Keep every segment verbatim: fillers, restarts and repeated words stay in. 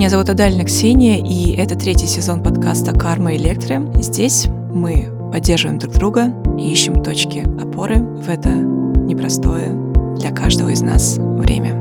Меня зовут Адальна Ксения, и это третий сезон подкаста «Карма Электро». Здесь мы поддерживаем друг друга и ищем точки опоры в это непростое для каждого из нас время.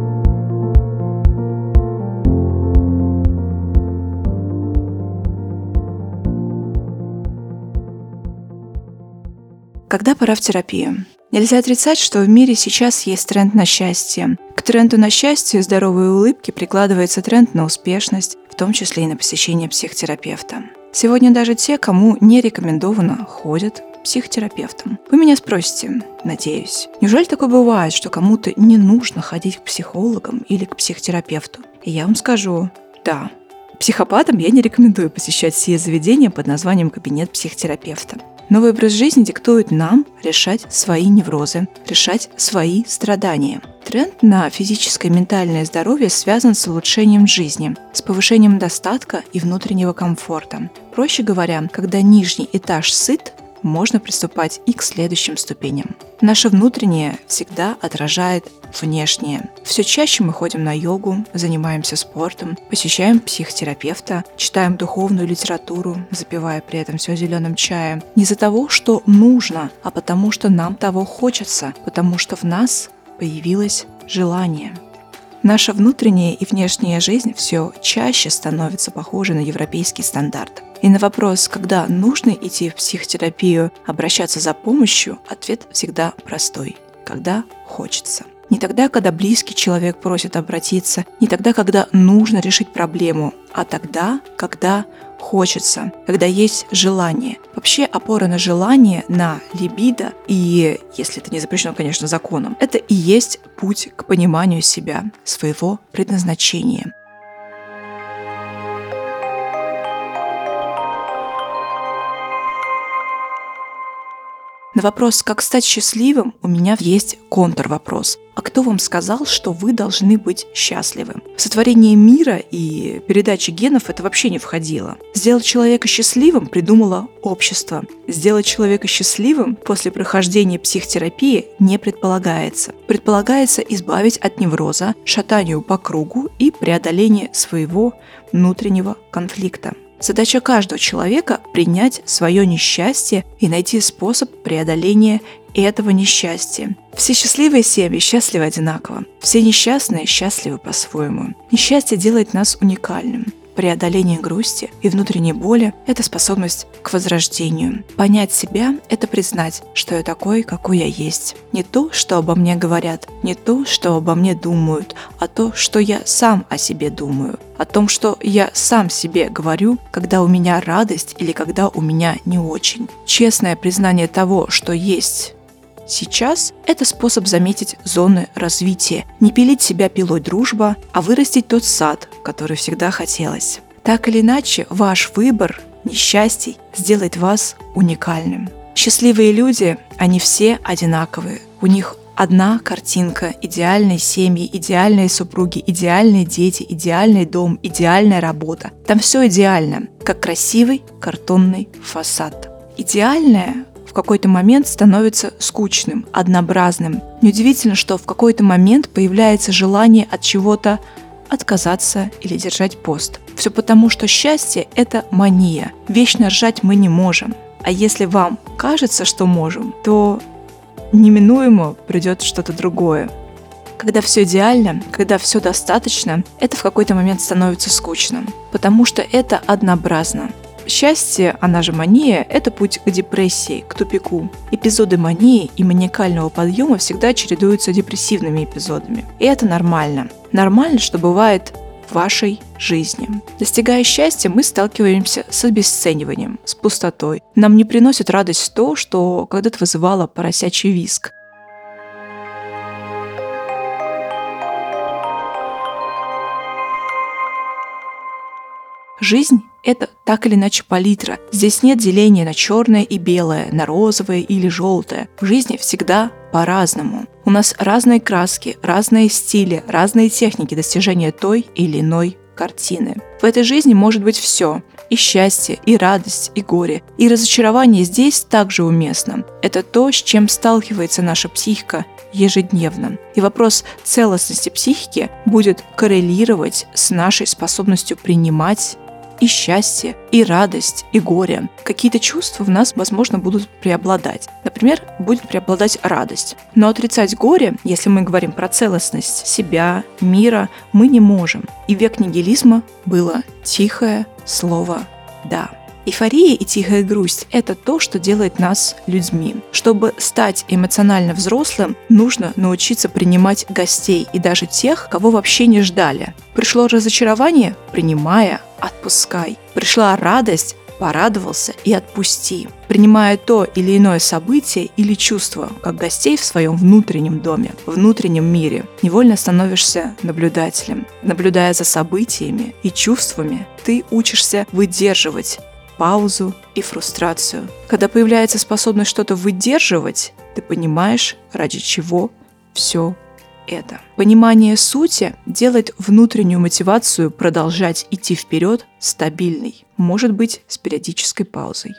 Когда пора в терапию? Нельзя отрицать, что в мире сейчас есть тренд на счастье. К тренду на счастье и здоровые улыбки прикладывается тренд на успешность, в том числе и на посещение психотерапевта. Сегодня даже те, кому не рекомендовано, ходят к психотерапевтам. Вы меня спросите, надеюсь, неужели такое бывает, что кому-то не нужно ходить к психологам или к психотерапевту? И я вам скажу, да. Психопатам я не рекомендую посещать сие заведения под названием «Кабинет психотерапевта». Новый образ жизни диктует нам решать свои неврозы, решать свои страдания. Тренд на физическое и ментальное здоровье связан с улучшением жизни, с повышением достатка и внутреннего комфорта. Проще говоря, когда нижний этаж сыт, можно приступать и к следующим ступеням. Наше внутреннее всегда отражает внешнее. Все чаще мы ходим на йогу, занимаемся спортом, посещаем психотерапевта, читаем духовную литературу, запивая при этом все зеленым чаем. Не из-за того, что нужно, а потому что нам того хочется, потому что в нас появилось желание. Наша внутренняя и внешняя жизнь все чаще становится похожа на европейский стандарт. И на вопрос, когда нужно идти в психотерапию, обращаться за помощью, ответ всегда простой – когда хочется. Не тогда, когда близкий человек просит обратиться, не тогда, когда нужно решить проблему, а тогда, когда хочется, когда есть желание. Вообще опора на желание, на либидо, и, если это не запрещено, конечно, законом, это и есть путь к пониманию себя, своего предназначения. На вопрос, как стать счастливым, у меня есть контрвопрос. А кто вам сказал, что вы должны быть счастливы? В сотворение мира и передачи генов это вообще не входило. Сделать человека счастливым придумало общество. Сделать человека счастливым после прохождения психотерапии не предполагается. Предполагается избавить от невроза, шатанию по кругу и преодоления своего внутреннего конфликта. Задача каждого человека – принять свое несчастье и найти способ преодоления этого несчастья. Все счастливые семьи счастливы одинаково. Все несчастные счастливы по-своему. Несчастье делает нас уникальным. Преодоление грусти и внутренней боли – это способность к возрождению. Понять себя – это признать, что я такой, какой я есть. Не то, что обо мне говорят, не то, что обо мне думают, а то, что я сам о себе думаю. О том, что я сам себе говорю, когда у меня радость или когда у меня не очень. Честное признание того, что есть сейчас – это способ заметить зоны развития, не пилить себя пилой дружба, а вырастить тот сад, который всегда хотелось. Так или иначе, ваш выбор несчастий сделает вас уникальным. Счастливые люди, они все одинаковые. У них одна картинка идеальной семьи, идеальные супруги, идеальные дети, идеальный дом, идеальная работа. Там все идеально, как красивый картонный фасад. Идеальное в какой-то момент становится скучным, однообразным. Неудивительно, что в какой-то момент появляется желание от чего-то отказаться или держать пост. Все потому, что счастье – это мания. Вечно ржать мы не можем. А если вам кажется, что можем, то неминуемо придет что-то другое. Когда все идеально, когда все достаточно, это в какой-то момент становится скучным, потому что это однообразно. Счастье, она же мания, это путь к депрессии, к тупику. Эпизоды мании и маниакального подъема всегда чередуются депрессивными эпизодами. И это нормально. Нормально, что бывает в вашей жизни. Достигая счастья, мы сталкиваемся с обесцениванием, с пустотой. Нам не приносит радость то, что когда-то вызывало поросячий визг. Жизнь – это так или иначе палитра. Здесь нет деления на черное и белое, на розовое или желтое. В жизни всегда по-разному. У нас разные краски, разные стили, разные техники достижения той или иной картины. В этой жизни может быть все. и счастье, и радость, и горе. И разочарование здесь также уместно. Это то, с чем сталкивается наша психика ежедневно. И вопрос целостности психики будет коррелировать с нашей способностью принимать и счастье, и радость, и горе. Какие-то чувства в нас, возможно, будут преобладать. Например, будет преобладать радость. Но отрицать горе, если мы говорим про целостность себя, мира, мы не можем. И век нигилизма было тихое слово «да». Эйфория и тихая грусть – это то, что делает нас людьми. Чтобы стать эмоционально взрослым, нужно научиться принимать гостей и даже тех, кого вообще не ждали. Пришло разочарование – принимая, отпускай. Пришла радость – порадовался и отпусти. Принимая то или иное событие или чувство, как гостей в своем внутреннем доме, внутреннем мире, невольно становишься наблюдателем. Наблюдая за событиями и чувствами, ты учишься выдерживать паузу и фрустрацию. Когда появляется способность что-то выдерживать, ты понимаешь, ради чего все это. Понимание сути делает внутреннюю мотивацию продолжать идти вперед стабильной, может быть, с периодической паузой.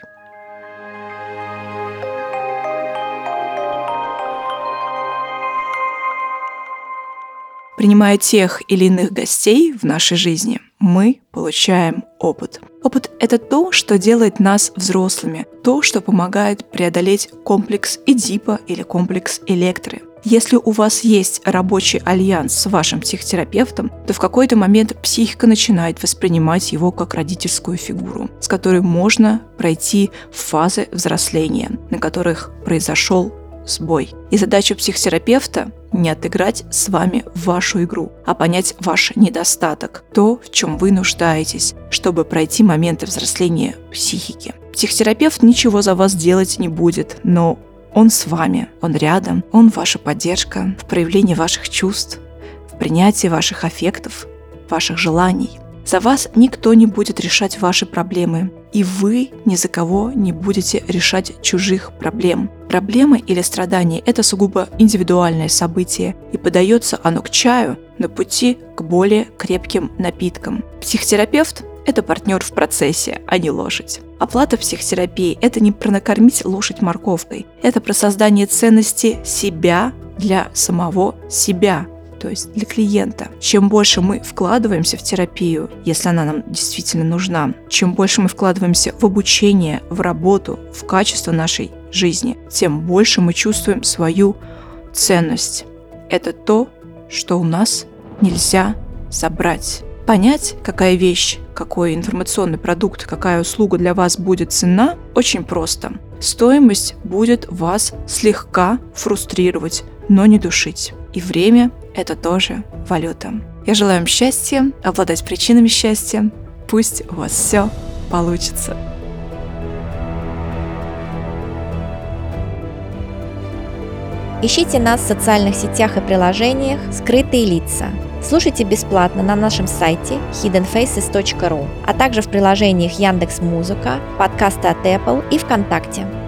Принимая тех или иных гостей в нашей жизни, мы получаем опыт. Опыт – это то, что делает нас взрослыми, то, что помогает преодолеть комплекс Эдипа или комплекс Электры. Если у вас есть рабочий альянс с вашим психотерапевтом, то в какой-то момент психика начинает воспринимать его как родительскую фигуру, с которой можно пройти фазы взросления, на которых произошел сбой. И задача психотерапевта – не отыграть с вами вашу игру, а понять ваш недостаток, то, в чем вы нуждаетесь, чтобы пройти моменты взросления психики. Психотерапевт ничего за вас делать не будет, но он с вами, он рядом, он ваша поддержка в проявлении ваших чувств, в принятии ваших аффектов, ваших желаний. За вас никто не будет решать ваши проблемы, и вы ни за кого не будете решать чужих проблем. Проблемы или страдания – это сугубо индивидуальное событие, и подается оно к чаю на пути к более крепким напиткам. Психотерапевт – это партнер в процессе, а не лошадь. Оплата психотерапии – это не про накормить лошадь морковкой, это про создание ценности себя для самого себя, то есть для клиента. Чем больше мы вкладываемся в терапию, если она нам действительно нужна, чем больше мы вкладываемся в обучение, в работу, в качество нашей жизни, тем больше мы чувствуем свою ценность. Это то, что у нас нельзя забрать. Понять, какая вещь, какой информационный продукт, какая услуга для вас будет ценна, очень просто. Стоимость будет вас слегка фрустрировать, но не душить. И время – это тоже валюта. Я желаю вам счастья, обладать причинами счастья. Пусть у вас все получится. Ищите нас в социальных сетях и приложениях «Скрытые лица». Слушайте бесплатно на нашем сайте хиден фейсес точка ру, а также в приложениях Яндекс.Музыка, подкасты от Apple и ВКонтакте.